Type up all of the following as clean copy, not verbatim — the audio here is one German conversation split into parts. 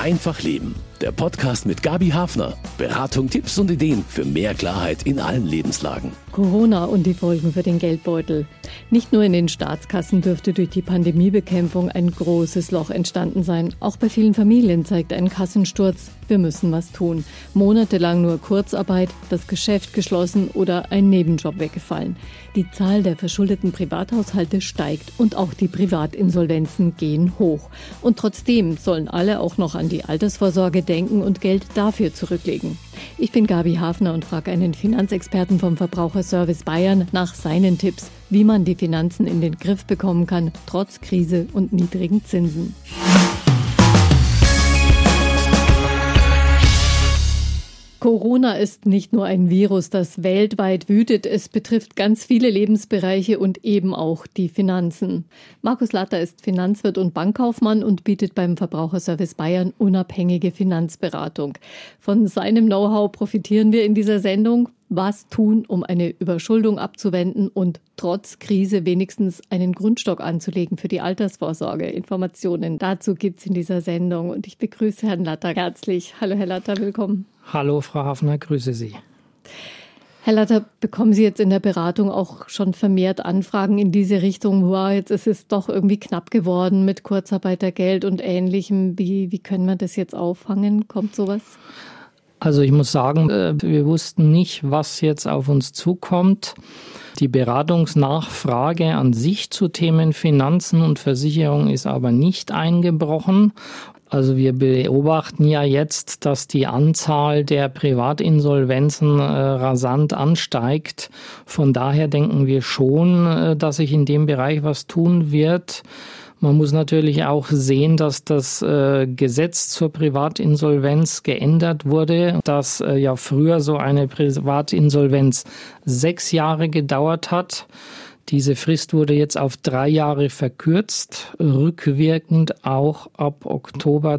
Einfach Leben, der Podcast mit Gabi Hafner. Beratung, Tipps und Ideen für mehr Klarheit in allen Lebenslagen. Corona und die Folgen für den Geldbeutel. Nicht nur in den Staatskassen dürfte durch die Pandemiebekämpfung ein großes Loch entstanden sein. Auch bei vielen Familien zeigt ein Kassensturz, wir müssen was tun. Monatelang nur Kurzarbeit, das Geschäft geschlossen oder ein Nebenjob weggefallen. Die Zahl der verschuldeten Privathaushalte steigt und auch die Privatinsolvenzen gehen hoch. Und trotzdem sollen alle auch noch an die Altersvorsorge denken und Geld dafür zurücklegen. Ich bin Gabi Hafner und frage einen Finanzexperten vom Verbraucherservice Bayern nach seinen Tipps, wie man die Finanzen in den Griff bekommen kann, trotz Krise und niedrigen Zinsen. Corona ist nicht nur ein Virus, das weltweit wütet. Es betrifft ganz viele Lebensbereiche und eben auch die Finanzen. Markus Latter ist Finanzwirt und Bankkaufmann und bietet beim Verbraucherservice Bayern unabhängige Finanzberatung. Von seinem Know-how profitieren wir in dieser Sendung. Was tun, um eine Überschuldung abzuwenden und trotz Krise wenigstens einen Grundstock anzulegen für die Altersvorsorge? Informationen dazu gibt es in dieser Sendung. Und ich begrüße Herrn Latter herzlich. Hallo Herr Latter, willkommen. Hallo Frau Hafner, grüße Sie. Herr Latter, bekommen Sie jetzt in der Beratung auch schon vermehrt Anfragen in diese Richtung? Wow, jetzt ist es doch irgendwie knapp geworden mit Kurzarbeitergeld und Ähnlichem. Wie können wir das jetzt auffangen? Kommt sowas? Also ich muss sagen, wir wussten nicht, was jetzt auf uns zukommt. Die Beratungsnachfrage an sich zu Themen Finanzen und Versicherung ist aber nicht eingebrochen. Also wir beobachten ja jetzt, dass die Anzahl der Privatinsolvenzen rasant ansteigt. Von daher denken wir schon, dass sich in dem Bereich was tun wird. Man muss natürlich auch sehen, dass das Gesetz zur Privatinsolvenz geändert wurde, dass ja früher so eine Privatinsolvenz 6 Jahre gedauert hat. Diese Frist wurde jetzt auf 3 Jahre verkürzt, rückwirkend auch ab Oktober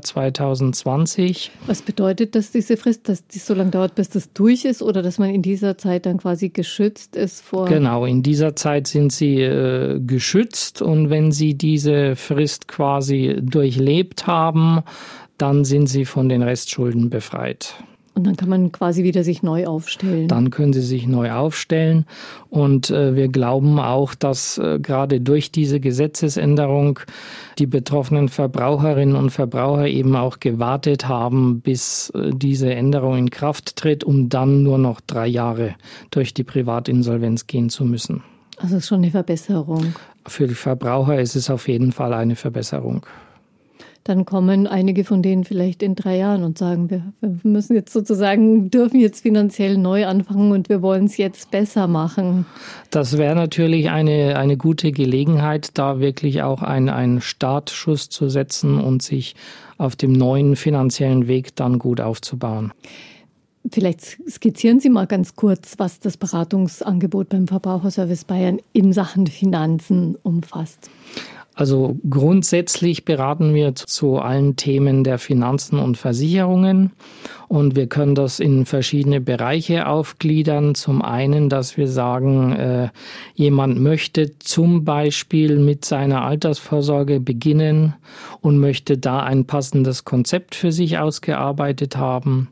2020. Was bedeutet das, diese Frist, dass die so lange dauert, bis das durch ist oder dass man in dieser Zeit dann quasi geschützt ist vor? Genau, in dieser Zeit sind Sie geschützt und wenn Sie diese Frist quasi durchlebt haben, dann sind Sie von den Restschulden befreit. Und dann kann man quasi wieder sich neu aufstellen. Dann können Sie sich neu aufstellen. Und wir glauben auch, dass gerade durch diese Gesetzesänderung die betroffenen Verbraucherinnen und Verbraucher eben auch gewartet haben, bis diese Änderung in Kraft tritt, um dann nur noch 3 Jahre durch die Privatinsolvenz gehen zu müssen. Also das ist schon eine Verbesserung. Für die Verbraucher ist es auf jeden Fall eine Verbesserung. Dann kommen einige von denen vielleicht in 3 Jahren und sagen, wir müssen jetzt sozusagen, dürfen jetzt finanziell neu anfangen und wir wollen es jetzt besser machen. Das wäre natürlich eine gute Gelegenheit, da wirklich auch einen Startschuss zu setzen und sich auf dem neuen finanziellen Weg dann gut aufzubauen. Vielleicht skizzieren Sie mal ganz kurz, was das Beratungsangebot beim Verbraucherservice Bayern in Sachen Finanzen umfasst. Also grundsätzlich beraten wir zu allen Themen der Finanzen und Versicherungen und wir können das in verschiedene Bereiche aufgliedern. Zum einen, dass wir sagen, jemand möchte zum Beispiel mit seiner Altersvorsorge beginnen und möchte da ein passendes Konzept für sich ausgearbeitet haben.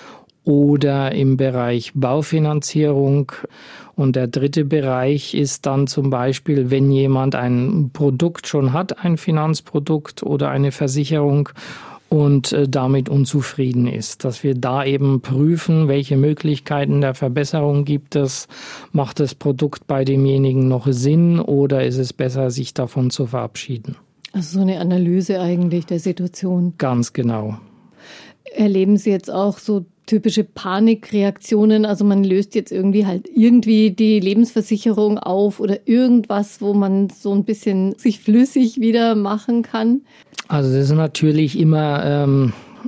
Oder im Bereich Baufinanzierung. Und der dritte Bereich ist dann zum Beispiel, wenn jemand ein Produkt schon hat, ein Finanzprodukt oder eine Versicherung und damit unzufrieden ist, dass wir da eben prüfen, welche Möglichkeiten der Verbesserung gibt es. Macht das Produkt bei demjenigen noch Sinn oder ist es besser, sich davon zu verabschieden? Also so eine Analyse eigentlich der Situation. Ganz genau. Erleben Sie jetzt auch so typische Panikreaktionen? Also man löst jetzt irgendwie die Lebensversicherung auf oder irgendwas, wo man so ein bisschen sich flüssig wieder machen kann? Also das ist natürlich immer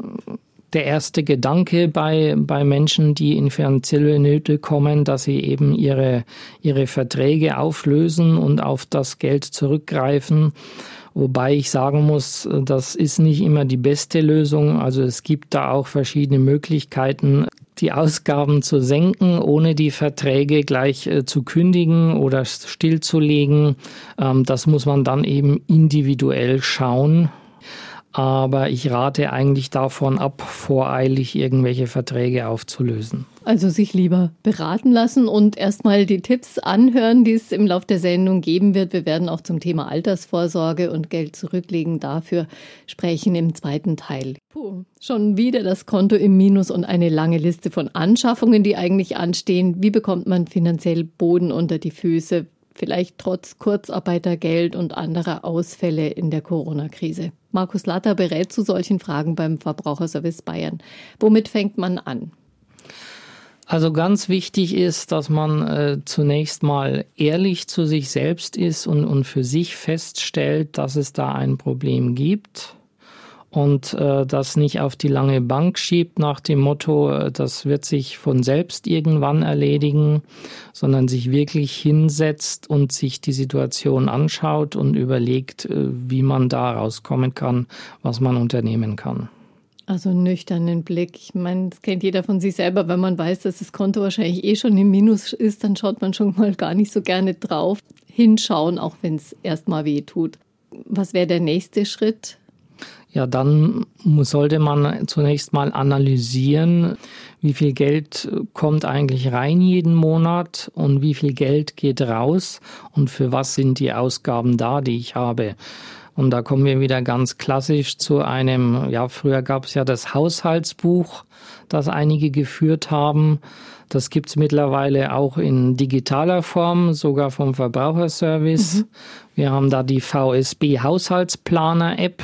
der erste Gedanke bei Menschen, die in finanzielle Nöte kommen, dass sie eben ihre Verträge auflösen und auf das Geld zurückgreifen. Wobei ich sagen muss, das ist nicht immer die beste Lösung. Also es gibt da auch verschiedene Möglichkeiten, die Ausgaben zu senken, ohne die Verträge gleich zu kündigen oder stillzulegen. Das muss man dann eben individuell schauen. Aber ich rate eigentlich davon ab, voreilig irgendwelche Verträge aufzulösen. Also sich lieber beraten lassen und erstmal die Tipps anhören, die es im Laufe der Sendung geben wird. Wir werden auch zum Thema Altersvorsorge und Geld zurücklegen dafür sprechen im zweiten Teil. Schon wieder das Konto im Minus und eine lange Liste von Anschaffungen, die eigentlich anstehen. Wie bekommt man finanziell Boden unter die Füße? Vielleicht trotz Kurzarbeitergeld und anderer Ausfälle in der Corona-Krise. Markus Latter berät zu solchen Fragen beim Verbraucherservice Bayern. Womit fängt man an? Also ganz wichtig ist, dass man zunächst mal ehrlich zu sich selbst ist und für sich feststellt, dass es da ein Problem gibt. Und das nicht auf die lange Bank schiebt nach dem Motto, das wird sich von selbst irgendwann erledigen, sondern sich wirklich hinsetzt und sich die Situation anschaut und überlegt, wie man da rauskommen kann, was man unternehmen kann. Also einen nüchternen Blick. Ich meine, das kennt jeder von sich selber, wenn man weiß, dass das Konto wahrscheinlich schon im Minus ist, dann schaut man schon mal gar nicht so gerne drauf. Hinschauen, auch wenn es erstmal weh tut. Was wäre der nächste Schritt? Ja, dann sollte man zunächst mal analysieren, wie viel Geld kommt eigentlich rein jeden Monat und wie viel Geld geht raus und für was sind die Ausgaben da, die ich habe. Und da kommen wir wieder ganz klassisch zu einem, früher gab es ja das Haushaltsbuch, das einige geführt haben. Das gibt's mittlerweile auch in digitaler Form, sogar vom Verbraucherservice. Wir haben da die VSB Haushaltsplaner-App,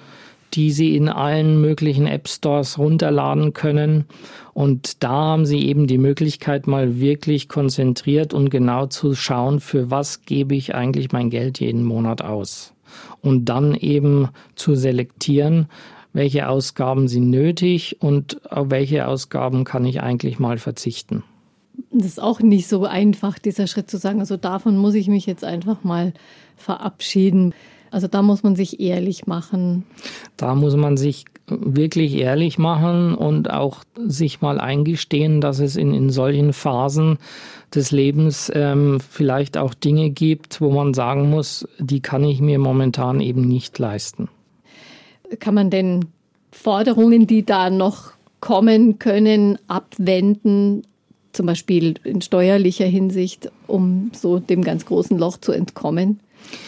die Sie in allen möglichen App-Stores runterladen können. Und da haben Sie eben die Möglichkeit, mal wirklich konzentriert und genau zu schauen, für was gebe ich eigentlich mein Geld jeden Monat aus. Und dann eben zu selektieren, welche Ausgaben sind nötig und auf welche Ausgaben kann ich eigentlich mal verzichten. Das ist auch nicht so einfach, dieser Schritt zu sagen, also davon muss ich mich jetzt einfach mal verabschieden. Also da muss man sich ehrlich machen. Da muss man sich wirklich ehrlich machen und auch sich mal eingestehen, dass es in solchen Phasen des Lebens vielleicht auch Dinge gibt, wo man sagen muss, die kann ich mir momentan eben nicht leisten. Kann man denn Forderungen, die da noch kommen können, abwenden, zum Beispiel in steuerlicher Hinsicht, um so dem ganz großen Loch zu entkommen?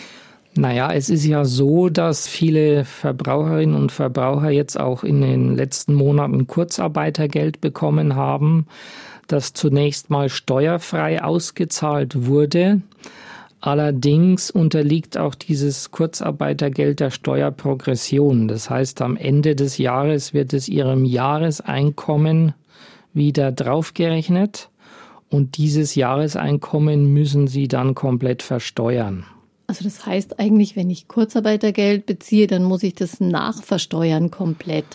Naja, es ist ja so, dass viele Verbraucherinnen und Verbraucher jetzt auch in den letzten Monaten Kurzarbeitergeld bekommen haben, das zunächst mal steuerfrei ausgezahlt wurde. Allerdings unterliegt auch dieses Kurzarbeitergeld der Steuerprogression. Das heißt, am Ende des Jahres wird es Ihrem Jahreseinkommen wieder draufgerechnet und dieses Jahreseinkommen müssen Sie dann komplett versteuern. Also das heißt eigentlich, wenn ich Kurzarbeitergeld beziehe, dann muss ich das nachversteuern komplett.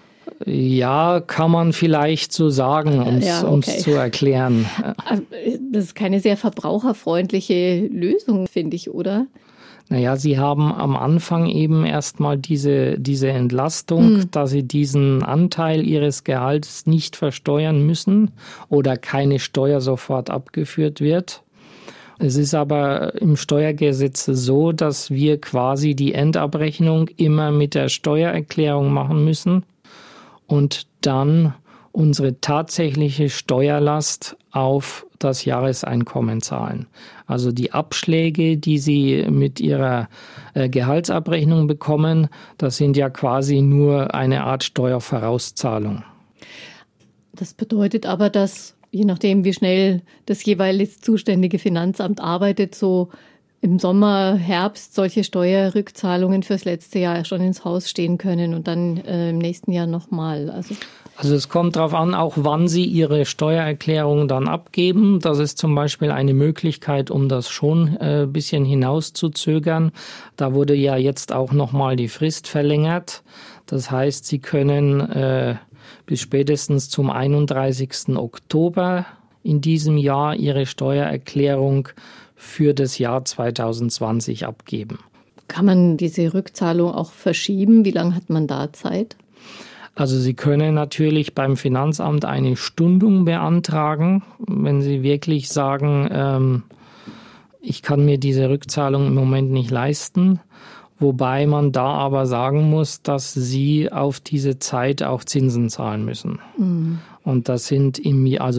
Ja, kann man vielleicht so sagen, um es zu erklären. Das ist keine sehr verbraucherfreundliche Lösung, finde ich, oder? Naja, Sie haben am Anfang eben erstmal diese Entlastung, dass Sie diesen Anteil Ihres Gehalts nicht versteuern müssen oder keine Steuer sofort abgeführt wird. Es ist aber im Steuergesetz so, dass wir quasi die Endabrechnung immer mit der Steuererklärung machen müssen und dann unsere tatsächliche Steuerlast auf das Jahreseinkommen zahlen. Also die Abschläge, die Sie mit Ihrer Gehaltsabrechnung bekommen, das sind ja quasi nur eine Art Steuervorauszahlung. Das bedeutet aber, dass je nachdem, wie schnell das jeweilig zuständige Finanzamt arbeitet, so im Sommer, Herbst solche Steuerrückzahlungen fürs letzte Jahr schon ins Haus stehen können und dann im nächsten Jahr nochmal. Also es kommt darauf an, auch wann Sie Ihre Steuererklärung dann abgeben. Das ist zum Beispiel eine Möglichkeit, um das schon ein bisschen hinauszuzögern. Da wurde ja jetzt auch nochmal die Frist verlängert. Das heißt, Sie können bis spätestens zum 31. Oktober in diesem Jahr Ihre Steuererklärung für das Jahr 2020 abgeben. Kann man diese Rückzahlung auch verschieben? Wie lange hat man da Zeit? Also Sie können natürlich beim Finanzamt eine Stundung beantragen, wenn Sie wirklich sagen, ich kann mir diese Rückzahlung im Moment nicht leisten. Wobei man da aber sagen muss, dass sie auf diese Zeit auch Zinsen zahlen müssen. Mhm. Und das sind im Jahr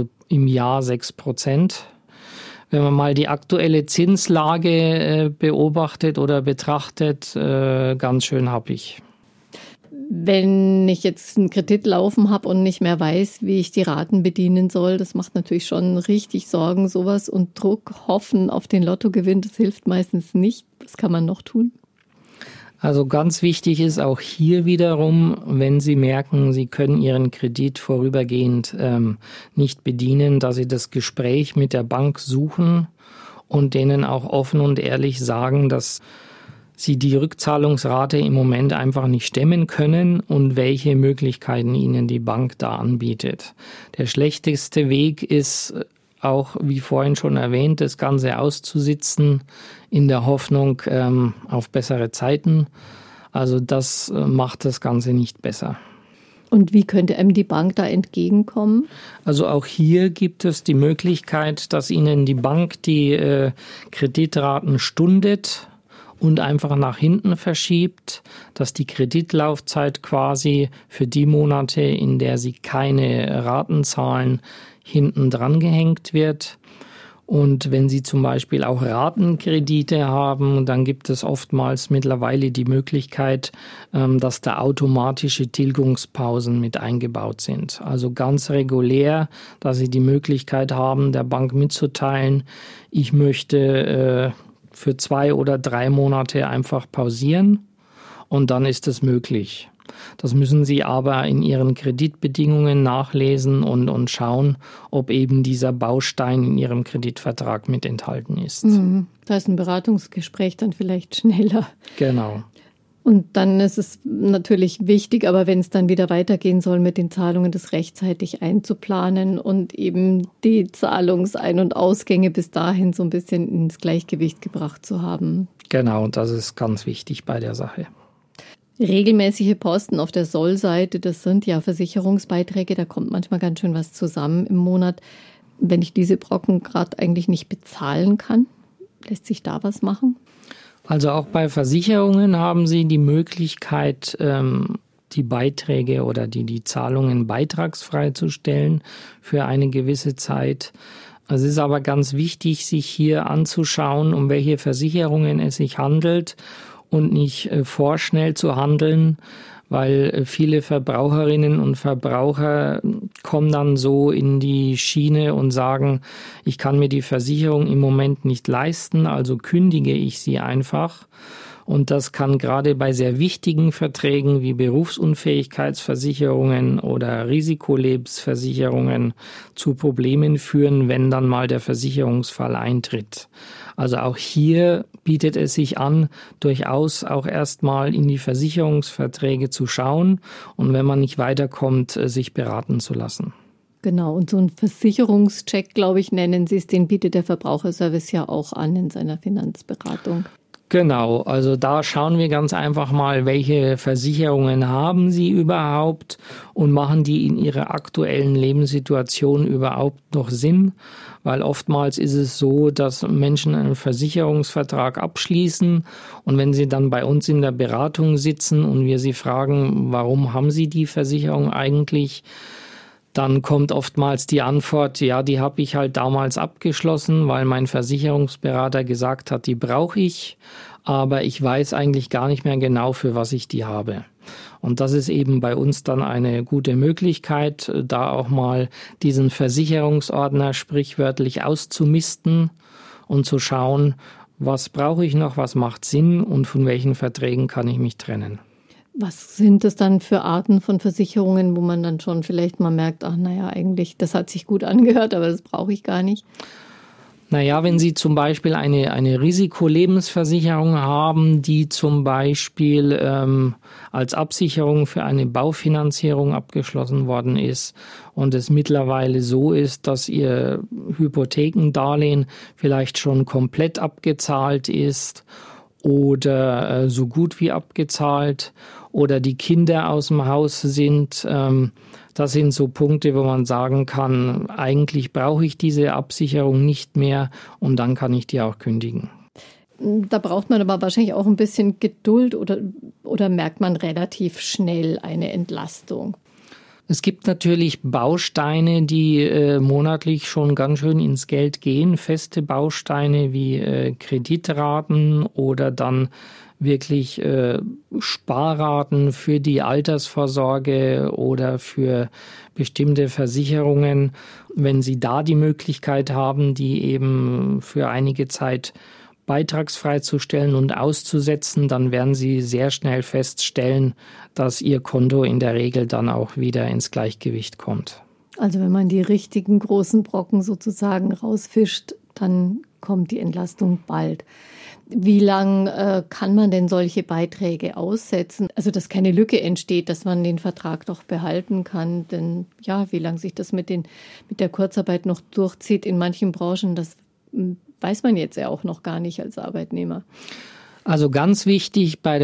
6%. Wenn man mal die aktuelle Zinslage beobachtet oder betrachtet, ganz schön happig. Wenn ich jetzt einen Kredit laufen habe und nicht mehr weiß, wie ich die Raten bedienen soll, das macht natürlich schon richtig Sorgen, sowas. Und Druck, hoffen auf den Lottogewinn, das hilft meistens nicht. Was kann man noch tun? Also ganz wichtig ist auch hier wiederum, wenn Sie merken, Sie können Ihren Kredit vorübergehend nicht bedienen, dass Sie das Gespräch mit der Bank suchen und denen auch offen und ehrlich sagen, dass Sie die Rückzahlungsrate im Moment einfach nicht stemmen können und welche Möglichkeiten Ihnen die Bank da anbietet. Der schlechteste Weg ist auch, wie vorhin schon erwähnt, das Ganze auszusitzen in der Hoffnung auf bessere Zeiten. Also das macht das Ganze nicht besser. Und wie könnte einem die Bank da entgegenkommen? Also auch hier gibt es die Möglichkeit, dass Ihnen die Bank die Kreditraten stundet und einfach nach hinten verschiebt, dass die Kreditlaufzeit quasi für die Monate, in der Sie keine Raten zahlen, hinten dran gehängt wird. Und wenn Sie zum Beispiel auch Ratenkredite haben, dann gibt es oftmals mittlerweile die Möglichkeit, dass da automatische Tilgungspausen mit eingebaut sind. Also ganz regulär, dass Sie die Möglichkeit haben, der Bank mitzuteilen, ich möchte für 2 oder 3 Monate einfach pausieren und dann ist es möglich. Das müssen Sie aber in Ihren Kreditbedingungen nachlesen und schauen, ob eben dieser Baustein in Ihrem Kreditvertrag mit enthalten ist. Da ist ein Beratungsgespräch dann vielleicht schneller. Genau. Und dann ist es natürlich wichtig, aber wenn es dann wieder weitergehen soll mit den Zahlungen, das rechtzeitig einzuplanen und eben die Zahlungsein- und Ausgänge bis dahin so ein bisschen ins Gleichgewicht gebracht zu haben. Genau, das ist ganz wichtig bei der Sache. Regelmäßige Posten auf der Soll-Seite, das sind ja Versicherungsbeiträge, da kommt manchmal ganz schön was zusammen im Monat. Wenn ich diese Brocken gerade eigentlich nicht bezahlen kann, lässt sich da was machen? Also auch bei Versicherungen haben Sie die Möglichkeit, die Beiträge oder die Zahlungen beitragsfrei zu stellen für eine gewisse Zeit. Es ist aber ganz wichtig, sich hier anzuschauen, um welche Versicherungen es sich handelt und nicht vorschnell zu handeln, weil viele Verbraucherinnen und Verbraucher kommen dann so in die Schiene und sagen, ich kann mir die Versicherung im Moment nicht leisten, also kündige ich sie einfach. Und das kann gerade bei sehr wichtigen Verträgen wie Berufsunfähigkeitsversicherungen oder Risikolebensversicherungen zu Problemen führen, wenn dann mal der Versicherungsfall eintritt. Also auch hier bietet es sich an, durchaus auch erstmal in die Versicherungsverträge zu schauen und wenn man nicht weiterkommt, sich beraten zu lassen. Genau, und so einen Versicherungscheck, glaube ich, nennen Sie es, den bietet der Verbraucherservice ja auch an in seiner Finanzberatung. Genau, also da schauen wir ganz einfach mal, welche Versicherungen haben Sie überhaupt und machen die in Ihrer aktuellen Lebenssituation überhaupt noch Sinn? Weil oftmals ist es so, dass Menschen einen Versicherungsvertrag abschließen und wenn sie dann bei uns in der Beratung sitzen und wir sie fragen, warum haben Sie die Versicherung eigentlich? Dann kommt oftmals die Antwort, ja, die habe ich halt damals abgeschlossen, weil mein Versicherungsberater gesagt hat, die brauche ich, aber ich weiß eigentlich gar nicht mehr genau, für was ich die habe. Und das ist eben bei uns dann eine gute Möglichkeit, da auch mal diesen Versicherungsordner sprichwörtlich auszumisten und zu schauen, was brauche ich noch, was macht Sinn und von welchen Verträgen kann ich mich trennen. Was sind das dann für Arten von Versicherungen, wo man dann schon vielleicht mal merkt, ach naja, eigentlich, das hat sich gut angehört, aber das brauche ich gar nicht? Naja, wenn Sie zum Beispiel eine Risikolebensversicherung haben, die zum Beispiel als Absicherung für eine Baufinanzierung abgeschlossen worden ist und es mittlerweile so ist, dass Ihr Hypothekendarlehen vielleicht schon komplett abgezahlt ist oder so gut wie abgezahlt oder die Kinder aus dem Haus sind. Das sind so Punkte, wo man sagen kann, eigentlich brauche ich diese Absicherung nicht mehr und dann kann ich die auch kündigen. Da braucht man aber wahrscheinlich auch ein bisschen Geduld oder merkt man relativ schnell eine Entlastung? Es gibt natürlich Bausteine, die monatlich schon ganz schön ins Geld gehen. Feste Bausteine wie Kreditraten oder dann wirklich Sparraten für die Altersvorsorge oder für bestimmte Versicherungen. Wenn Sie da die Möglichkeit haben, die eben für einige Zeit beitragsfrei zu stellen und auszusetzen, dann werden Sie sehr schnell feststellen, dass Ihr Konto in der Regel dann auch wieder ins Gleichgewicht kommt. Also wenn man die richtigen großen Brocken sozusagen rausfischt, dann kommt die Entlastung bald. Wie lang kann man denn solche Beiträge aussetzen? Also dass keine Lücke entsteht, dass man den Vertrag doch behalten kann. Denn ja, wie lange sich das mit der Kurzarbeit noch durchzieht in manchen Branchen, das weiß man jetzt ja auch noch gar nicht als Arbeitnehmer. Also ganz wichtig bei der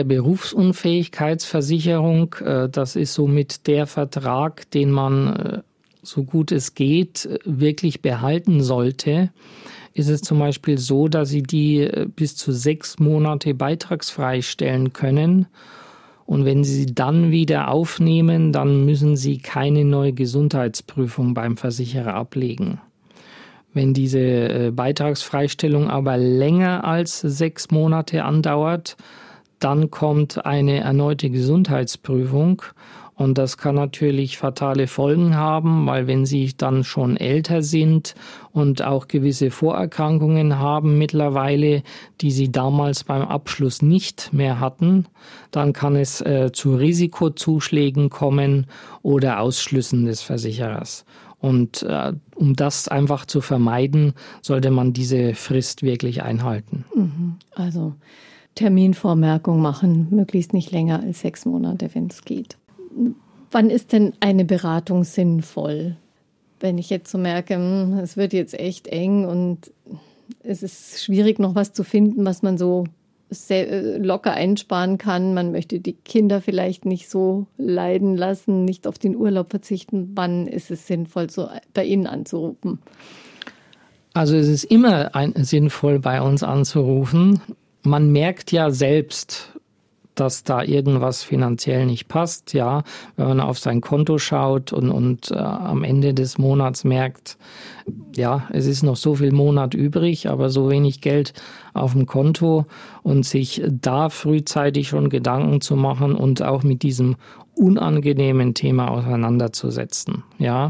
Berufsunfähigkeitsversicherung, das ist somit der Vertrag, den man, so gut es geht, wirklich behalten sollte, ist es zum Beispiel so, dass Sie die bis zu 6 Monate beitragsfrei stellen können. Und wenn Sie sie dann wieder aufnehmen, dann müssen Sie keine neue Gesundheitsprüfung beim Versicherer ablegen. Wenn diese Beitragsfreistellung aber länger als 6 Monate andauert, dann kommt eine erneute Gesundheitsprüfung. Und das kann natürlich fatale Folgen haben, weil wenn Sie dann schon älter sind und auch gewisse Vorerkrankungen haben mittlerweile, die Sie damals beim Abschluss nicht mehr hatten, dann kann es zu Risikozuschlägen kommen oder Ausschlüssen des Versicherers. Und um das einfach zu vermeiden, sollte man diese Frist wirklich einhalten. Also Terminvormerkung machen, möglichst nicht länger als 6 Monate, wenn es geht. Wann ist denn eine Beratung sinnvoll? Wenn ich jetzt so merke, es wird jetzt echt eng und es ist schwierig, noch was zu finden, was man so sehr locker einsparen kann. Man möchte die Kinder vielleicht nicht so leiden lassen, nicht auf den Urlaub verzichten. Wann ist es sinnvoll, so bei Ihnen anzurufen? Also es ist immer sinnvoll, bei uns anzurufen. Man merkt ja selbst, dass da irgendwas finanziell nicht passt, ja, wenn man auf sein Konto schaut und am Ende des Monats merkt, ja, es ist noch so viel Monat übrig, aber so wenig Geld auf dem Konto und sich da frühzeitig schon Gedanken zu machen und auch mit diesem unangenehmen Thema auseinanderzusetzen, ja.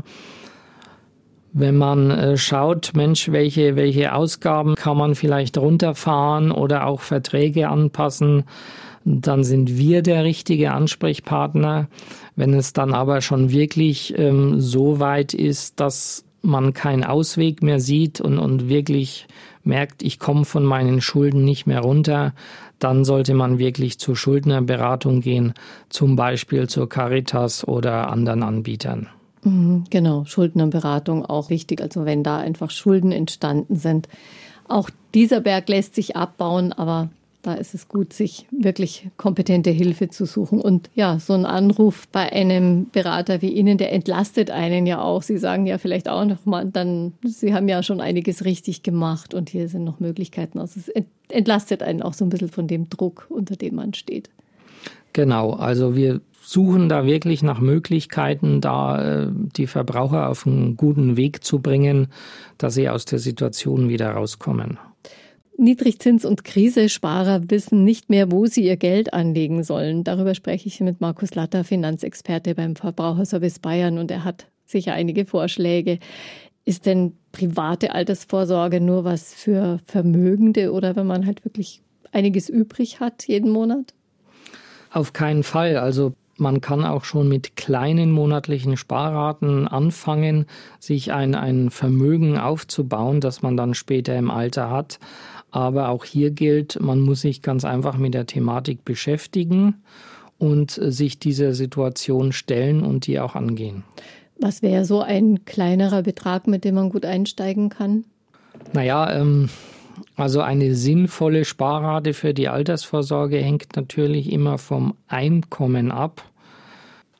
Wenn man schaut, Mensch, welche Ausgaben kann man vielleicht runterfahren oder auch Verträge anpassen, dann sind wir der richtige Ansprechpartner. Wenn es dann aber schon wirklich so weit ist, dass man keinen Ausweg mehr sieht und wirklich merkt, ich komme von meinen Schulden nicht mehr runter, dann sollte man wirklich zur Schuldnerberatung gehen, zum Beispiel zur Caritas oder anderen Anbietern. Genau, Schuldnerberatung auch wichtig. Also wenn da einfach Schulden entstanden sind. Auch dieser Berg lässt sich abbauen, aber da ist es gut, sich wirklich kompetente Hilfe zu suchen. Und ja, so ein Anruf bei einem Berater wie Ihnen, der entlastet einen ja auch. Sie sagen ja vielleicht auch noch mal, Sie haben ja schon einiges richtig gemacht und hier sind noch Möglichkeiten. Also es entlastet einen auch so ein bisschen von dem Druck, unter dem man steht. Genau, also wir suchen da wirklich nach Möglichkeiten, da die Verbraucher auf einen guten Weg zu bringen, dass sie aus der Situation wieder rauskommen. Niedrigzins- und Krisesparer wissen nicht mehr, wo sie ihr Geld anlegen sollen. Darüber spreche ich mit Markus Latter, Finanzexperte beim Verbraucherservice Bayern, und er hat sicher einige Vorschläge. Ist denn private Altersvorsorge nur was für Vermögende oder wenn man halt wirklich einiges übrig hat jeden Monat? Auf keinen Fall. Also man kann auch schon mit kleinen monatlichen Sparraten anfangen, sich ein Vermögen aufzubauen, das man dann später im Alter hat. Aber auch hier gilt, man muss sich ganz einfach mit der Thematik beschäftigen und sich dieser Situation stellen und die auch angehen. Was wäre so ein kleinerer Betrag, mit dem man gut einsteigen kann? Naja, also eine sinnvolle Sparrate für die Altersvorsorge hängt natürlich immer vom Einkommen ab.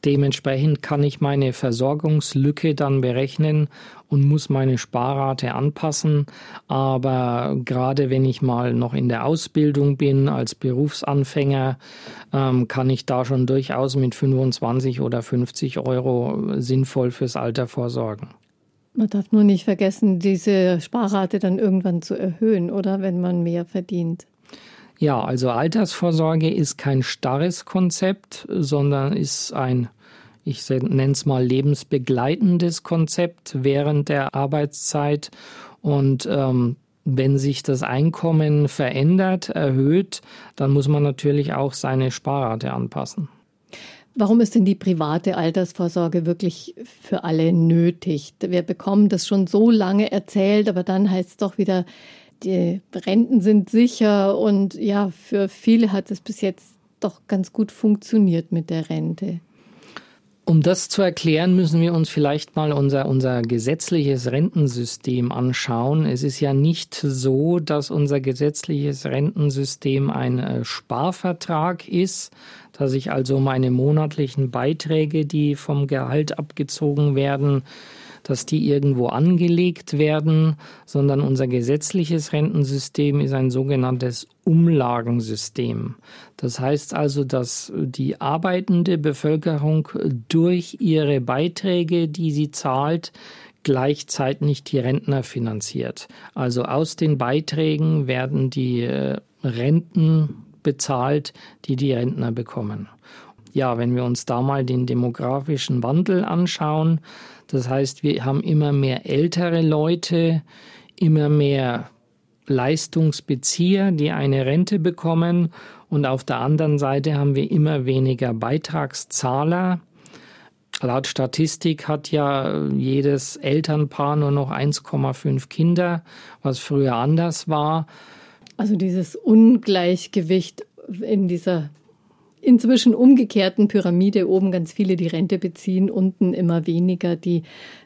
Dementsprechend kann ich meine Versorgungslücke dann berechnen und muss meine Sparrate anpassen. Aber gerade wenn ich mal noch in der Ausbildung bin als Berufsanfänger, kann ich da schon durchaus mit 25 oder 50 Euro sinnvoll fürs Alter vorsorgen. Man darf nur nicht vergessen, diese Sparrate dann irgendwann zu erhöhen, oder wenn man mehr verdient. Ja, also Altersvorsorge ist kein starres Konzept, sondern ist ein, ich nenne es mal, lebensbegleitendes Konzept während der Arbeitszeit. Und wenn sich das Einkommen verändert, erhöht, dann muss man natürlich auch seine Sparrate anpassen. Warum ist denn die private Altersvorsorge wirklich für alle nötig? Wir bekommen das schon so lange erzählt, aber dann heißt es doch wieder, die Renten sind sicher und ja, für viele hat es bis jetzt doch ganz gut funktioniert mit der Rente. Um das zu erklären, müssen wir uns vielleicht mal unser gesetzliches Rentensystem anschauen. Es ist ja nicht so, dass unser gesetzliches Rentensystem ein Sparvertrag ist, dass ich also meine monatlichen Beiträge, die vom Gehalt abgezogen werden, dass die irgendwo angelegt werden, sondern unser gesetzliches Rentensystem ist ein sogenanntes Umlagensystem. Das heißt also, dass die arbeitende Bevölkerung durch ihre Beiträge, die sie zahlt, gleichzeitig die Rentner finanziert. Also aus den Beiträgen werden die Renten bezahlt, die die Rentner bekommen. Ja, wenn wir uns da mal den demografischen Wandel anschauen, das heißt, wir haben immer mehr ältere Leute, immer mehr Leistungsbezieher, die eine Rente bekommen, und auf der anderen Seite haben wir immer weniger Beitragszahler. Laut Statistik hat ja jedes Elternpaar nur noch 1,5 Kinder, was früher anders war. Also dieses Ungleichgewicht in dieser inzwischen umgekehrten Pyramide, oben ganz viele die Rente beziehen, unten immer weniger die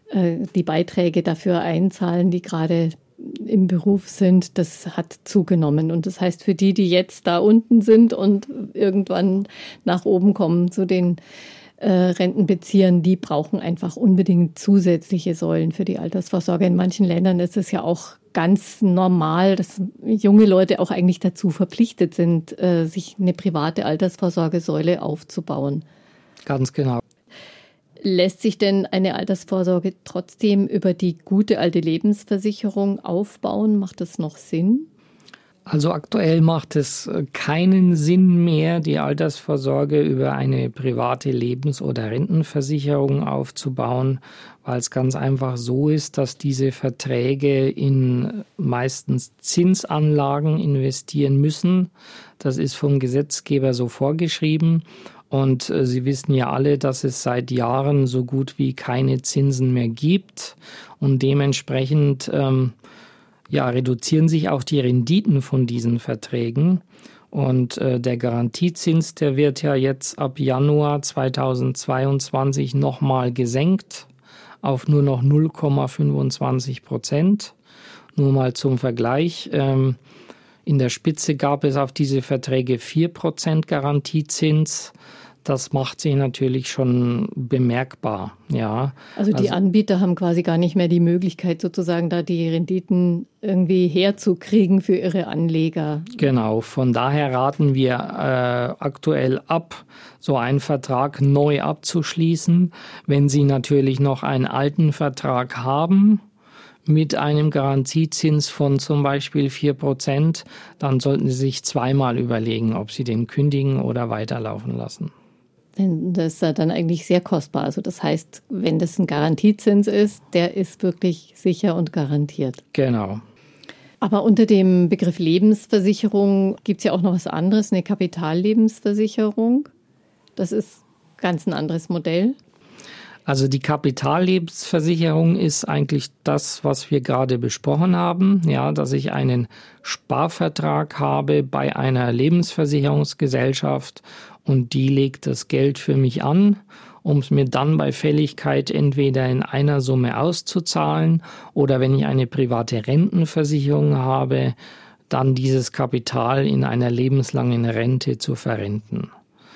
Beiträge dafür einzahlen, die gerade im Beruf sind, das hat zugenommen. Und das heißt, für die jetzt da unten sind und irgendwann nach oben kommen zu den Rentenbeziehern, die brauchen einfach unbedingt zusätzliche Säulen für die Altersvorsorge. In manchen Ländern ist es ja auch ganz normal, dass junge Leute auch eigentlich dazu verpflichtet sind, sich eine private Altersvorsorgesäule aufzubauen. Ganz genau. Lässt sich denn eine Altersvorsorge trotzdem über die gute alte Lebensversicherung aufbauen? Macht das noch Sinn? Also aktuell macht es keinen Sinn mehr, die Altersvorsorge über eine private Lebens- oder Rentenversicherung aufzubauen, weil es ganz einfach so ist, dass diese Verträge in meistens Zinsanlagen investieren müssen. Das ist vom Gesetzgeber so vorgeschrieben. Und Sie wissen ja alle, dass es seit Jahren so gut wie keine Zinsen mehr gibt. Und dementsprechend reduzieren sich auch die Renditen von diesen Verträgen. Und der Garantiezins, der wird ja jetzt ab Januar 2022 nochmal gesenkt auf nur noch 0,25%. Nur mal zum Vergleich. In der Spitze gab es auf diese Verträge 4% Garantiezins. Das macht sich natürlich schon bemerkbar, ja. Also die Anbieter haben quasi gar nicht mehr die Möglichkeit, sozusagen da die Renditen irgendwie herzukriegen für ihre Anleger. Genau, von daher raten wir aktuell ab, so einen Vertrag neu abzuschließen. Wenn Sie natürlich noch einen alten Vertrag haben, mit einem Garantiezins von zum Beispiel 4%, dann sollten Sie sich zweimal überlegen, ob Sie den kündigen oder weiterlaufen lassen. Denn das ist ja dann eigentlich sehr kostbar. Also das heißt, wenn das ein Garantiezins ist, der ist wirklich sicher und garantiert. Genau. Aber unter dem Begriff Lebensversicherung gibt es ja auch noch was anderes, eine Kapitallebensversicherung. Das ist ganz ein anderes Modell. Also die Kapitallebensversicherung ist eigentlich das, was wir gerade besprochen haben, ja, dass ich einen Sparvertrag habe bei einer Lebensversicherungsgesellschaft und die legt das Geld für mich an, um es mir dann bei Fälligkeit entweder in einer Summe auszuzahlen oder wenn ich eine private Rentenversicherung habe, dann dieses Kapital in einer lebenslangen Rente zu verrenten.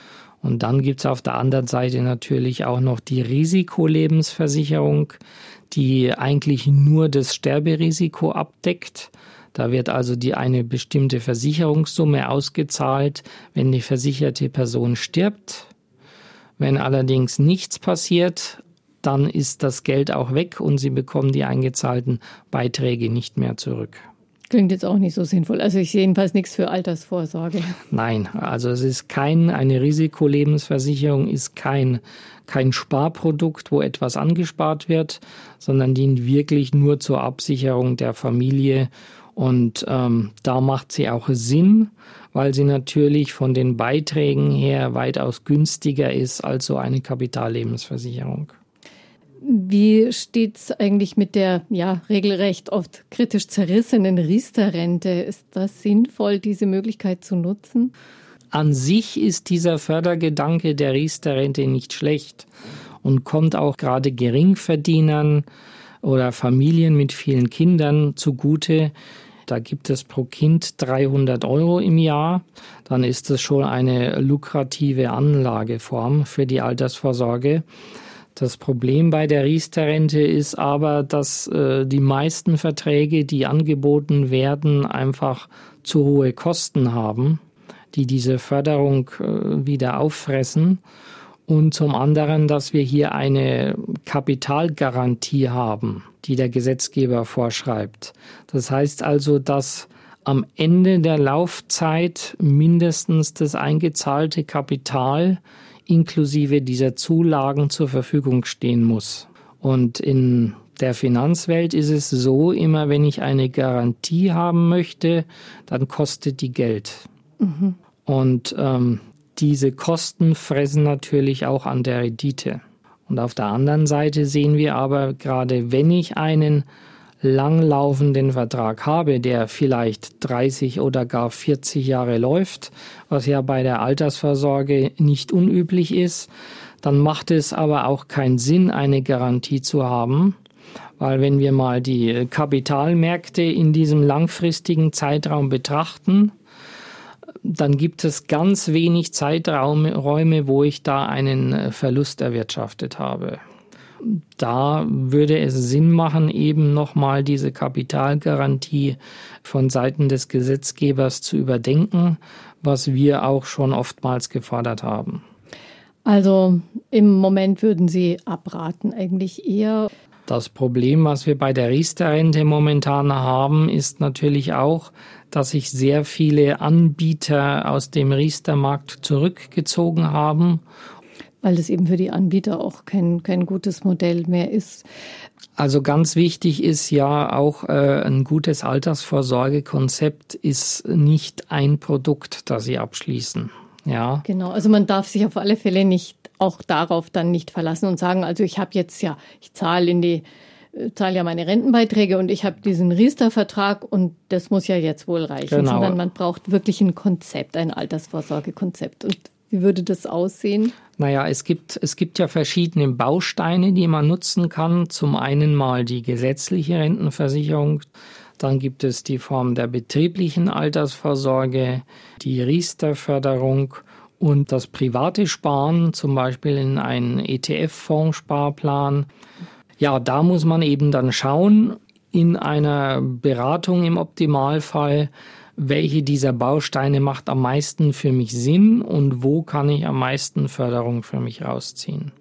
Und dann gibt es auf der anderen Seite natürlich auch noch die Risikolebensversicherung, die eigentlich nur das Sterberisiko abdeckt. Da wird also eine bestimmte Versicherungssumme ausgezahlt, wenn die versicherte Person stirbt. Wenn allerdings nichts passiert, dann ist das Geld auch weg und Sie bekommen die eingezahlten Beiträge nicht mehr zurück. Klingt jetzt auch nicht so sinnvoll. Also ich sehe jedenfalls nichts für Altersvorsorge. Nein, also es ist eine Risikolebensversicherung ist kein Sparprodukt, wo etwas angespart wird, sondern dient wirklich nur zur Absicherung der Familie. Und da macht sie auch Sinn, weil sie natürlich von den Beiträgen her weitaus günstiger ist als so eine Kapitallebensversicherung. Wie steht es eigentlich mit der regelrecht oft kritisch zerrissenen Riester-Rente? Ist das sinnvoll, diese Möglichkeit zu nutzen? An sich ist dieser Fördergedanke der Riester-Rente nicht schlecht und kommt auch gerade Geringverdienern oder Familien mit vielen Kindern zugute. Da gibt es pro Kind 300 € im Jahr. Dann ist es schon eine lukrative Anlageform für die Altersvorsorge. Das Problem bei der Riester-Rente ist aber, dass die meisten Verträge, die angeboten werden, einfach zu hohe Kosten haben, die diese Förderung wieder auffressen. Und zum anderen, dass wir hier eine Kapitalgarantie haben, die der Gesetzgeber vorschreibt. Das heißt also, dass am Ende der Laufzeit mindestens das eingezahlte Kapital inklusive dieser Zulagen zur Verfügung stehen muss. Und in der Finanzwelt ist es so, immer wenn ich eine Garantie haben möchte, dann kostet die Geld. Mhm. Und diese Kosten fressen natürlich auch an der Rendite. Und auf der anderen Seite sehen wir aber, gerade wenn ich einen langlaufenden Vertrag habe, der vielleicht 30 oder gar 40 Jahre läuft, was ja bei der Altersvorsorge nicht unüblich ist, dann macht es aber auch keinen Sinn, eine Garantie zu haben, weil wenn wir mal die Kapitalmärkte in diesem langfristigen Zeitraum betrachten, dann gibt es ganz wenig Zeiträume, wo ich da einen Verlust erwirtschaftet habe. Da würde es Sinn machen, eben nochmal diese Kapitalgarantie von Seiten des Gesetzgebers zu überdenken, was wir auch schon oftmals gefordert haben. Also im Moment würden Sie abraten, eigentlich eher. Das Problem, was wir bei der Riester-Rente momentan haben, ist natürlich auch, dass sich sehr viele Anbieter aus dem Riester-Markt zurückgezogen haben. Weil das eben für die Anbieter auch kein gutes Modell mehr ist. Also ganz wichtig ist ja auch, ein gutes Altersvorsorgekonzept ist nicht ein Produkt, das Sie abschließen. Ja. Genau, also man darf sich auf alle Fälle nicht auch darauf dann nicht verlassen und sagen, also ich habe jetzt ich zahle ja meine Rentenbeiträge und ich habe diesen Riester-Vertrag und das muss ja jetzt wohl reichen. Genau. Sondern man braucht wirklich ein Konzept, ein Altersvorsorgekonzept. Und wie würde das aussehen? Naja, es gibt ja verschiedene Bausteine, die man nutzen kann. Zum einen mal die gesetzliche Rentenversicherung. Dann gibt es die Form der betrieblichen Altersvorsorge, die Riester-Förderung und das private Sparen, zum Beispiel in einen ETF-Fondssparplan. Ja, da muss man eben dann schauen, in einer Beratung im Optimalfall, welche dieser Bausteine macht am meisten für mich Sinn und wo kann ich am meisten Förderung für mich rausziehen.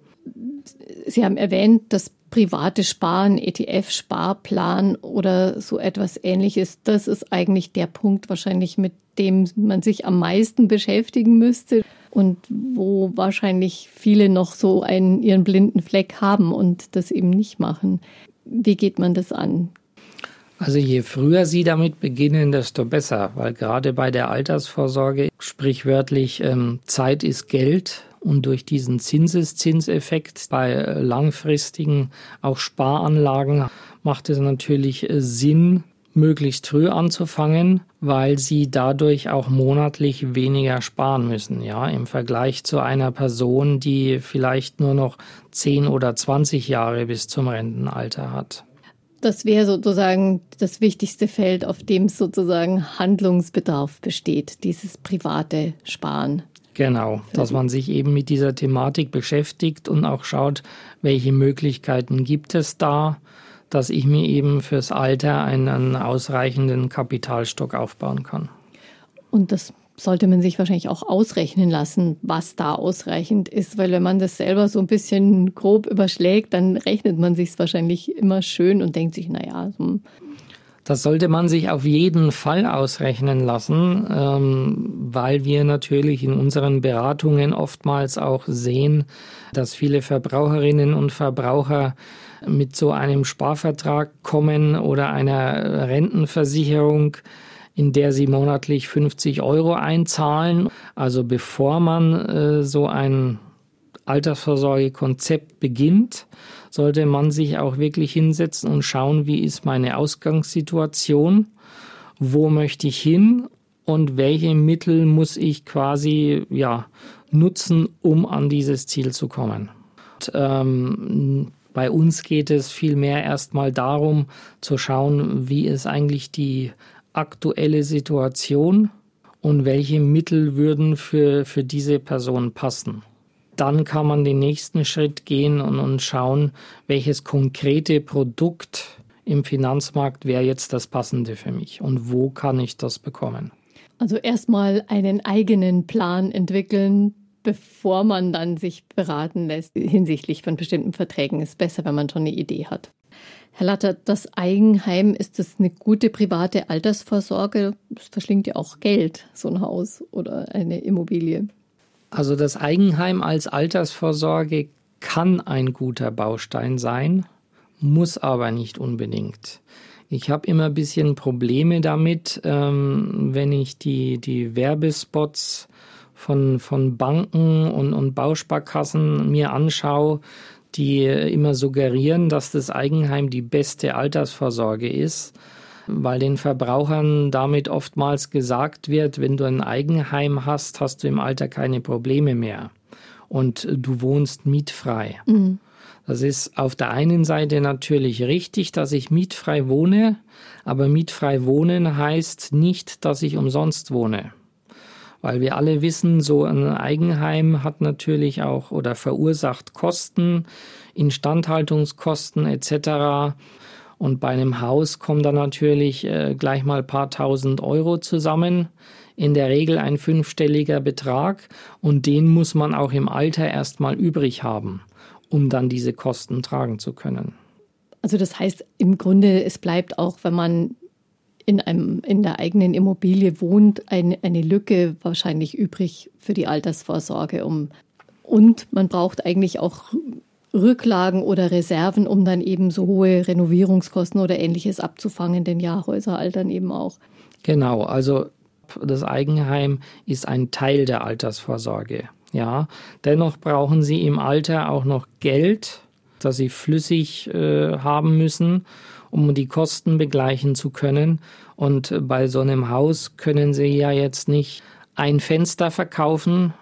Sie haben erwähnt, das private Sparen, ETF-Sparplan oder so etwas Ähnliches. Das ist eigentlich der Punkt wahrscheinlich, mit dem man sich am meisten beschäftigen müsste und wo wahrscheinlich viele noch so ihren blinden Fleck haben und das eben nicht machen. Wie geht man das an? Also je früher Sie damit beginnen, desto besser, weil gerade bei der Altersvorsorge sprichwörtlich Zeit ist Geld und durch diesen Zinseszinseffekt bei langfristigen auch Sparanlagen macht es natürlich Sinn, möglichst früh anzufangen, weil Sie dadurch auch monatlich weniger sparen müssen, ja, im Vergleich zu einer Person, die vielleicht nur noch 10 oder 20 Jahre bis zum Rentenalter hat. Das wäre sozusagen das wichtigste Feld, auf dem sozusagen Handlungsbedarf besteht, dieses private Sparen. Genau, dass man sich eben mit dieser Thematik beschäftigt und auch schaut, welche Möglichkeiten gibt es da, dass ich mir eben fürs Alter einen ausreichenden Kapitalstock aufbauen kann. Und das sollte man sich wahrscheinlich auch ausrechnen lassen, was da ausreichend ist, weil wenn man das selber so ein bisschen grob überschlägt, dann rechnet man sich es wahrscheinlich immer schön und denkt sich, naja. Das sollte man sich auf jeden Fall ausrechnen lassen, weil wir natürlich in unseren Beratungen oftmals auch sehen, dass viele Verbraucherinnen und Verbraucher mit so einem Sparvertrag kommen oder einer Rentenversicherung, in der sie monatlich 50 € einzahlen. Also bevor man so ein Altersvorsorgekonzept beginnt, sollte man sich auch wirklich hinsetzen und schauen, wie ist meine Ausgangssituation, wo möchte ich hin und welche Mittel muss ich quasi nutzen, um an dieses Ziel zu kommen. Und, bei uns geht es vielmehr erstmal darum, zu schauen, wie ist eigentlich die aktuelle Situation und welche Mittel würden für diese Person passen. Dann kann man den nächsten Schritt gehen und schauen, welches konkrete Produkt im Finanzmarkt wäre jetzt das Passende für mich und wo kann ich das bekommen. Also erstmal einen eigenen Plan entwickeln, bevor man dann sich beraten lässt hinsichtlich von bestimmten Verträgen. Ist besser, wenn man schon eine Idee hat. Herr Latter, das Eigenheim, ist das eine gute private Altersvorsorge? Das verschlingt ja auch Geld, so ein Haus oder eine Immobilie. Also das Eigenheim als Altersvorsorge kann ein guter Baustein sein, muss aber nicht unbedingt. Ich habe immer ein bisschen Probleme damit, wenn ich die Werbespots von Banken und Bausparkassen mir anschaue, die immer suggerieren, dass das Eigenheim die beste Altersvorsorge ist, weil den Verbrauchern damit oftmals gesagt wird, wenn du ein Eigenheim hast, hast du im Alter keine Probleme mehr und du wohnst mietfrei. Mhm. Das ist auf der einen Seite natürlich richtig, dass ich mietfrei wohne, aber mietfrei wohnen heißt nicht, dass ich umsonst wohne. Weil wir alle wissen, so ein Eigenheim hat natürlich auch oder verursacht Kosten, Instandhaltungskosten etc. Und bei einem Haus kommen dann natürlich gleich mal ein paar tausend Euro zusammen, in der Regel ein 5-stelliger Betrag und den muss man auch im Alter erstmal übrig haben, um dann diese Kosten tragen zu können. Also das heißt im Grunde, es bleibt auch, wenn man in der eigenen Immobilie wohnt, eine Lücke wahrscheinlich übrig für die Altersvorsorge. Und man braucht eigentlich auch Rücklagen oder Reserven, um dann eben so hohe Renovierungskosten oder Ähnliches abzufangen, denn ja, Häuser altern eben auch. Genau, also das Eigenheim ist ein Teil der Altersvorsorge. Ja, dennoch brauchen Sie im Alter auch noch Geld, das Sie flüssig haben müssen, um die Kosten begleichen zu können. Und bei so einem Haus können Sie ja jetzt nicht ein Fenster verkaufen,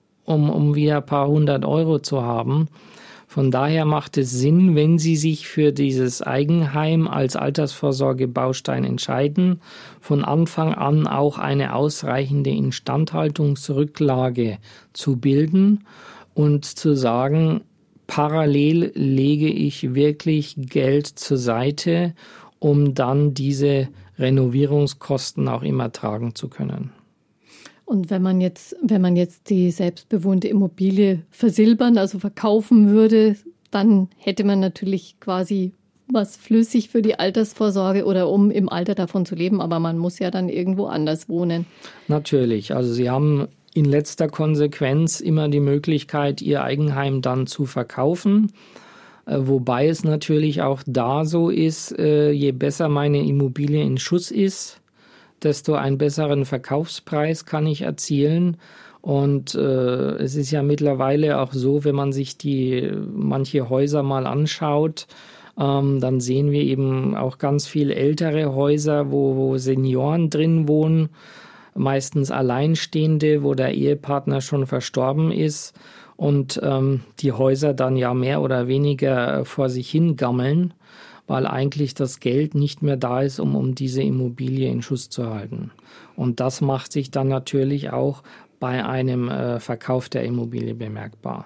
um wieder ein paar 100 € zu haben. Von daher macht es Sinn, wenn Sie sich für dieses Eigenheim als Altersvorsorgebaustein entscheiden, von Anfang an auch eine ausreichende Instandhaltungsrücklage zu bilden und zu sagen, parallel lege ich wirklich Geld zur Seite, um dann diese Renovierungskosten auch immer tragen zu können. Und wenn man jetzt die selbstbewohnte Immobilie versilbern, also verkaufen würde, dann hätte man natürlich quasi was flüssig für die Altersvorsorge oder um im Alter davon zu leben. Aber man muss ja dann irgendwo anders wohnen. Natürlich. Also Sie haben in letzter Konsequenz immer die Möglichkeit, Ihr Eigenheim dann zu verkaufen. Wobei es natürlich auch da so ist, je besser meine Immobilie in Schuss ist, desto einen besseren Verkaufspreis kann ich erzielen. Und es ist ja mittlerweile auch so, wenn man sich manche Häuser mal anschaut, dann sehen wir eben auch ganz viel ältere Häuser, wo Senioren drin wohnen, meistens Alleinstehende, wo der Ehepartner schon verstorben ist und die Häuser dann ja mehr oder weniger vor sich hin gammeln, weil eigentlich das Geld nicht mehr da ist, um diese Immobilie in Schuss zu halten. Und das macht sich dann natürlich auch bei einem Verkauf der Immobilie bemerkbar.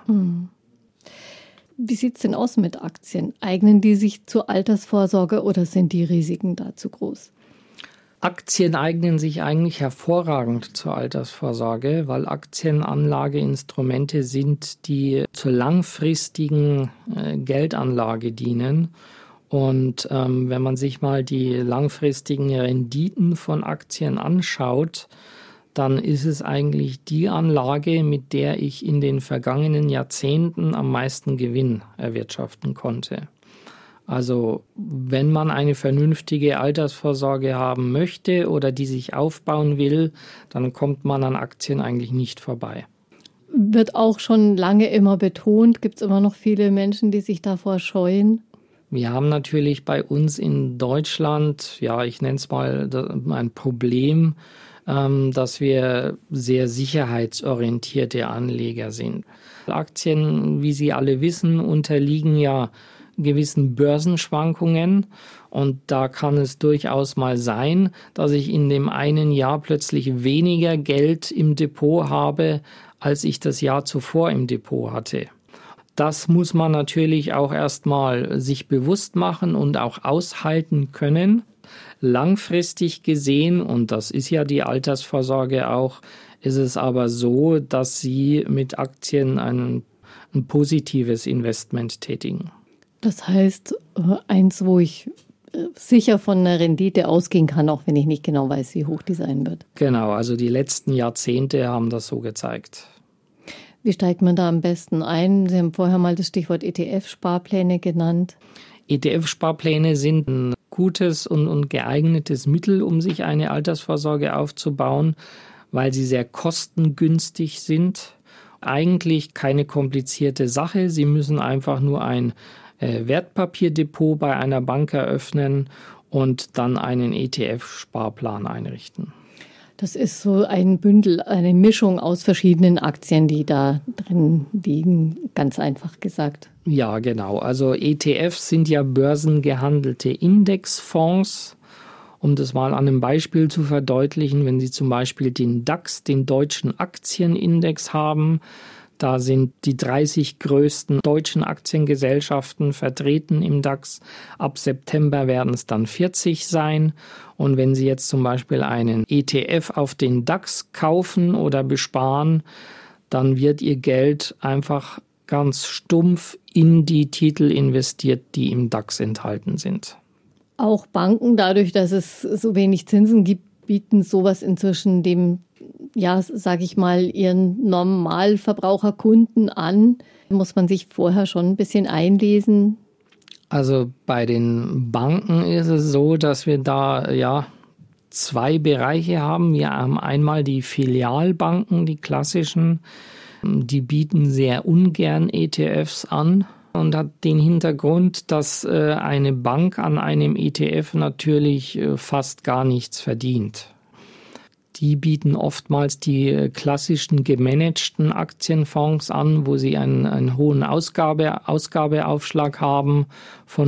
Wie sieht es denn aus mit Aktien? Eignen die sich zur Altersvorsorge oder sind die Risiken da zu groß? Aktien eignen sich eigentlich hervorragend zur Altersvorsorge, weil Aktienanlageinstrumente sind, die zur langfristigen Geldanlage dienen. Und wenn man sich mal die langfristigen Renditen von Aktien anschaut, dann ist es eigentlich die Anlage, mit der ich in den vergangenen Jahrzehnten am meisten Gewinn erwirtschaften konnte. Also wenn man eine vernünftige Altersvorsorge haben möchte oder die sich aufbauen will, dann kommt man an Aktien eigentlich nicht vorbei. Wird auch schon lange immer betont, gibt es immer noch viele Menschen, die sich davor scheuen? Wir haben natürlich bei uns in Deutschland, ja, ich nenne es mal ein Problem, dass wir sehr sicherheitsorientierte Anleger sind. Aktien, wie Sie alle wissen, unterliegen ja gewissen Börsenschwankungen und da kann es durchaus mal sein, dass ich in dem einen Jahr plötzlich weniger Geld im Depot habe, als ich das Jahr zuvor im Depot hatte. Das muss man natürlich auch erstmal sich bewusst machen und auch aushalten können. Langfristig gesehen, und das ist ja die Altersvorsorge auch, ist es aber so, dass Sie mit Aktien ein positives Investment tätigen. Das heißt, eins, wo ich sicher von einer Rendite ausgehen kann, auch wenn ich nicht genau weiß, wie hoch die sein wird. Genau, also die letzten Jahrzehnte haben das so gezeigt. Wie steigt man da am besten ein? Sie haben vorher mal das Stichwort ETF-Sparpläne genannt. ETF-Sparpläne sind ein gutes und geeignetes Mittel, um sich eine Altersvorsorge aufzubauen, weil sie sehr kostengünstig sind. Eigentlich keine komplizierte Sache. Sie müssen einfach nur ein Wertpapierdepot bei einer Bank eröffnen und dann einen ETF-Sparplan einrichten. Das ist so ein Bündel, eine Mischung aus verschiedenen Aktien, die da drin liegen, ganz einfach gesagt. Ja, genau. Also ETFs sind ja börsengehandelte Indexfonds. Um das mal an einem Beispiel zu verdeutlichen, wenn Sie zum Beispiel den DAX, den Deutschen Aktienindex haben, da sind die 30 größten deutschen Aktiengesellschaften vertreten im DAX. Ab September werden es dann 40 sein. Und wenn Sie jetzt zum Beispiel einen ETF auf den DAX kaufen oder besparen, dann wird Ihr Geld einfach ganz stumpf in die Titel investiert, die im DAX enthalten sind. Auch Banken, dadurch, dass es so wenig Zinsen gibt, bieten sowas inzwischen dem, ja, sage ich mal, ihren Normalverbraucherkunden an. Muss man sich vorher schon ein bisschen einlesen? Also bei den Banken ist es so, dass wir da ja zwei Bereiche haben. Wir haben einmal die Filialbanken, die klassischen, die bieten sehr ungern ETFs an. Und hat den Hintergrund, dass eine Bank an einem ETF natürlich fast gar nichts verdient. Die bieten oftmals die klassischen gemanagten Aktienfonds an, wo sie einen hohen Ausgabeaufschlag haben von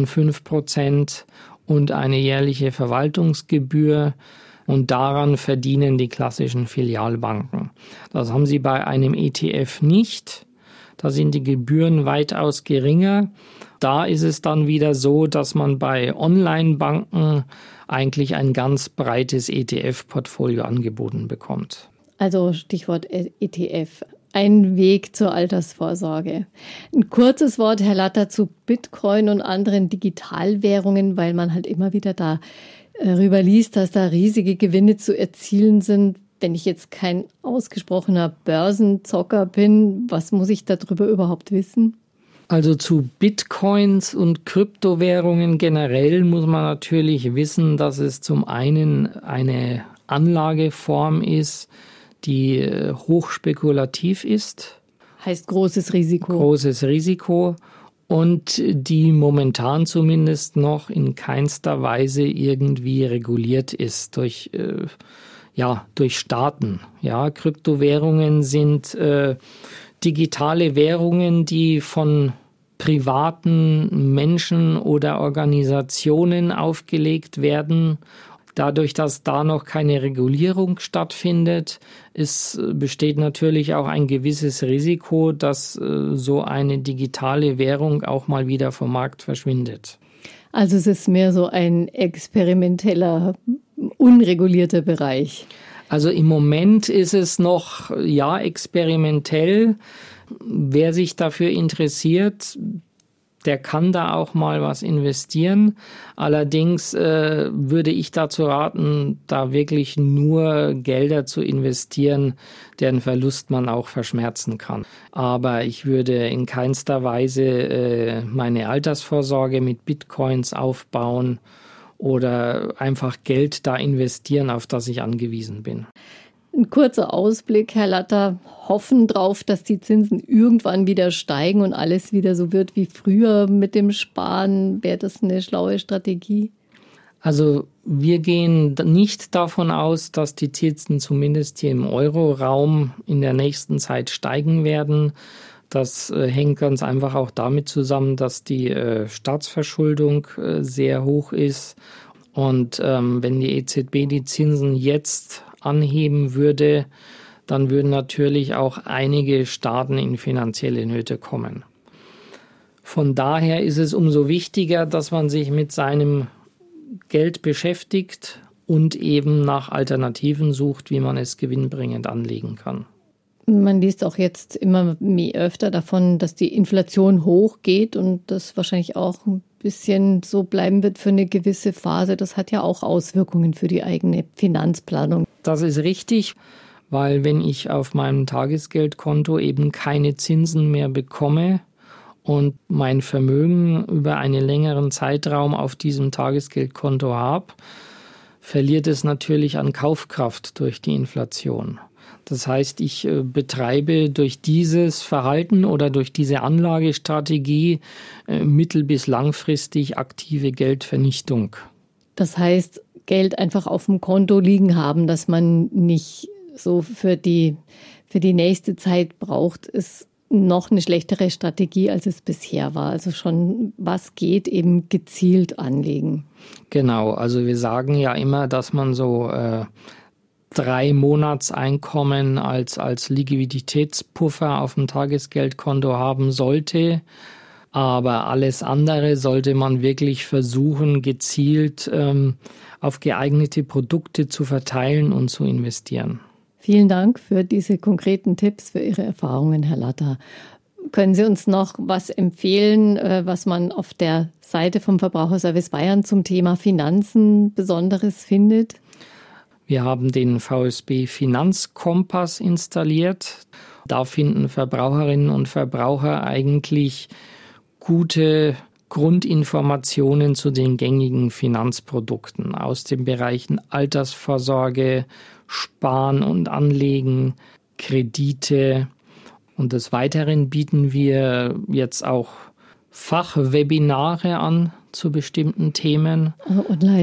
5% und eine jährliche Verwaltungsgebühr. Und daran verdienen die klassischen Filialbanken. Das haben sie bei einem ETF nicht. Da sind die Gebühren weitaus geringer. Da ist es dann wieder so, dass man bei Online-Banken eigentlich ein ganz breites ETF-Portfolio angeboten bekommt. Also Stichwort ETF. Ein Weg zur Altersvorsorge. Ein kurzes Wort, Herr Latter, zu Bitcoin und anderen Digitalwährungen, weil man halt immer wieder darüber liest, dass da riesige Gewinne zu erzielen sind. Wenn ich jetzt kein ausgesprochener Börsenzocker bin, was muss ich darüber überhaupt wissen? Also zu Bitcoins und Kryptowährungen generell muss man natürlich wissen, dass es zum einen eine Anlageform ist, die hochspekulativ ist. Heißt großes Risiko. Großes Risiko und die momentan zumindest noch in keinster Weise irgendwie reguliert ist durch Staaten. Ja, Kryptowährungen sind digitale Währungen, die von privaten Menschen oder Organisationen aufgelegt werden. Dadurch, dass da noch keine Regulierung stattfindet, besteht natürlich auch ein gewisses Risiko, dass so eine digitale Währung auch mal wieder vom Markt verschwindet. Also es ist mehr so ein experimenteller, unregulierter Bereich. Also im Moment ist es noch, ja, experimentell. Wer sich dafür interessiert, der kann da auch mal was investieren. Allerdings würde ich dazu raten, da wirklich nur Gelder zu investieren, deren Verlust man auch verschmerzen kann. Aber ich würde in keinster Weise meine Altersvorsorge mit Bitcoins aufbauen oder einfach Geld da investieren, auf das ich angewiesen bin. Ein kurzer Ausblick, Herr Latter, hoffen drauf, dass die Zinsen irgendwann wieder steigen und alles wieder so wird wie früher mit dem Sparen. Wäre das eine schlaue Strategie? Also wir gehen nicht davon aus, dass die Zinsen zumindest hier im Euro-Raum in der nächsten Zeit steigen werden. Das hängt ganz einfach auch damit zusammen, dass die Staatsverschuldung sehr hoch ist. Und wenn die EZB die Zinsen jetzt anheben würde, dann würden natürlich auch einige Staaten in finanzielle Nöte kommen. Von daher ist es umso wichtiger, dass man sich mit seinem Geld beschäftigt und eben nach Alternativen sucht, wie man es gewinnbringend anlegen kann. Man liest auch jetzt immer öfter davon, dass die Inflation hochgeht und das wahrscheinlich auch ein bisschen so bleiben wird für eine gewisse Phase. Das hat ja auch Auswirkungen für die eigene Finanzplanung. Das ist richtig, weil wenn ich auf meinem Tagesgeldkonto eben keine Zinsen mehr bekomme und mein Vermögen über einen längeren Zeitraum auf diesem Tagesgeldkonto habe, verliert es natürlich an Kaufkraft durch die Inflation. Das heißt, ich betreibe durch dieses Verhalten oder durch diese Anlagestrategie mittel- bis langfristig aktive Geldvernichtung. Das heißt, Geld einfach auf dem Konto liegen haben, dass man nicht so für die nächste Zeit braucht, ist noch eine schlechtere Strategie, als es bisher war. Also schon, was geht, eben gezielt anlegen. Genau, also wir sagen ja immer, dass man so 3 Monatseinkommen als Liquiditätspuffer auf dem Tagesgeldkonto haben sollte. Aber alles andere sollte man wirklich versuchen, gezielt auf geeignete Produkte zu verteilen und zu investieren. Vielen Dank für diese konkreten Tipps, für Ihre Erfahrungen, Herr Latter. Können Sie uns noch was empfehlen, was man auf der Seite vom Verbraucherservice Bayern zum Thema Finanzen Besonderes findet? Wir haben den VSB Finanzkompass installiert. Da finden Verbraucherinnen und Verbraucher eigentlich gute Grundinformationen zu den gängigen Finanzprodukten aus den Bereichen Altersvorsorge, Sparen und Anlegen, Kredite. Und des Weiteren bieten wir jetzt auch Fachwebinare an zu bestimmten Themen. Also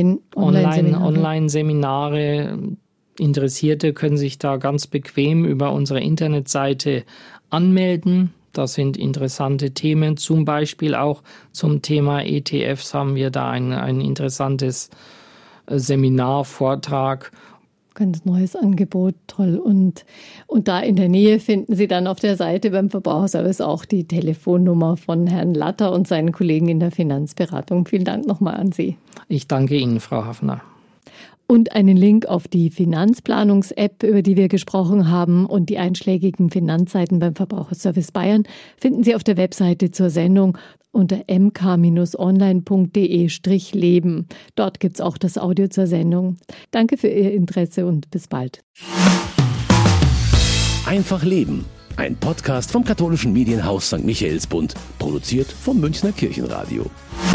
Online-Seminare. Interessierte können sich da ganz bequem über unsere Internetseite anmelden. Das sind interessante Themen. Zum Beispiel auch zum Thema ETFs haben wir da ein interessantes Seminar, Vortrag. Ganz neues Angebot, toll. Und da in der Nähe finden Sie dann auf der Seite beim Verbraucherservice auch die Telefonnummer von Herrn Latter und seinen Kollegen in der Finanzberatung. Vielen Dank nochmal an Sie. Ich danke Ihnen, Frau Hafner. Und einen Link auf die Finanzplanungs-App, über die wir gesprochen haben, und die einschlägigen Finanzseiten beim Verbraucherservice Bayern finden Sie auf der Webseite zur Sendung unter mk-online.de/leben. Dort gibt es auch das Audio zur Sendung. Danke für Ihr Interesse und bis bald. Einfach Leben. Ein Podcast vom katholischen Medienhaus St. Michaelsbund, produziert vom Münchner Kirchenradio.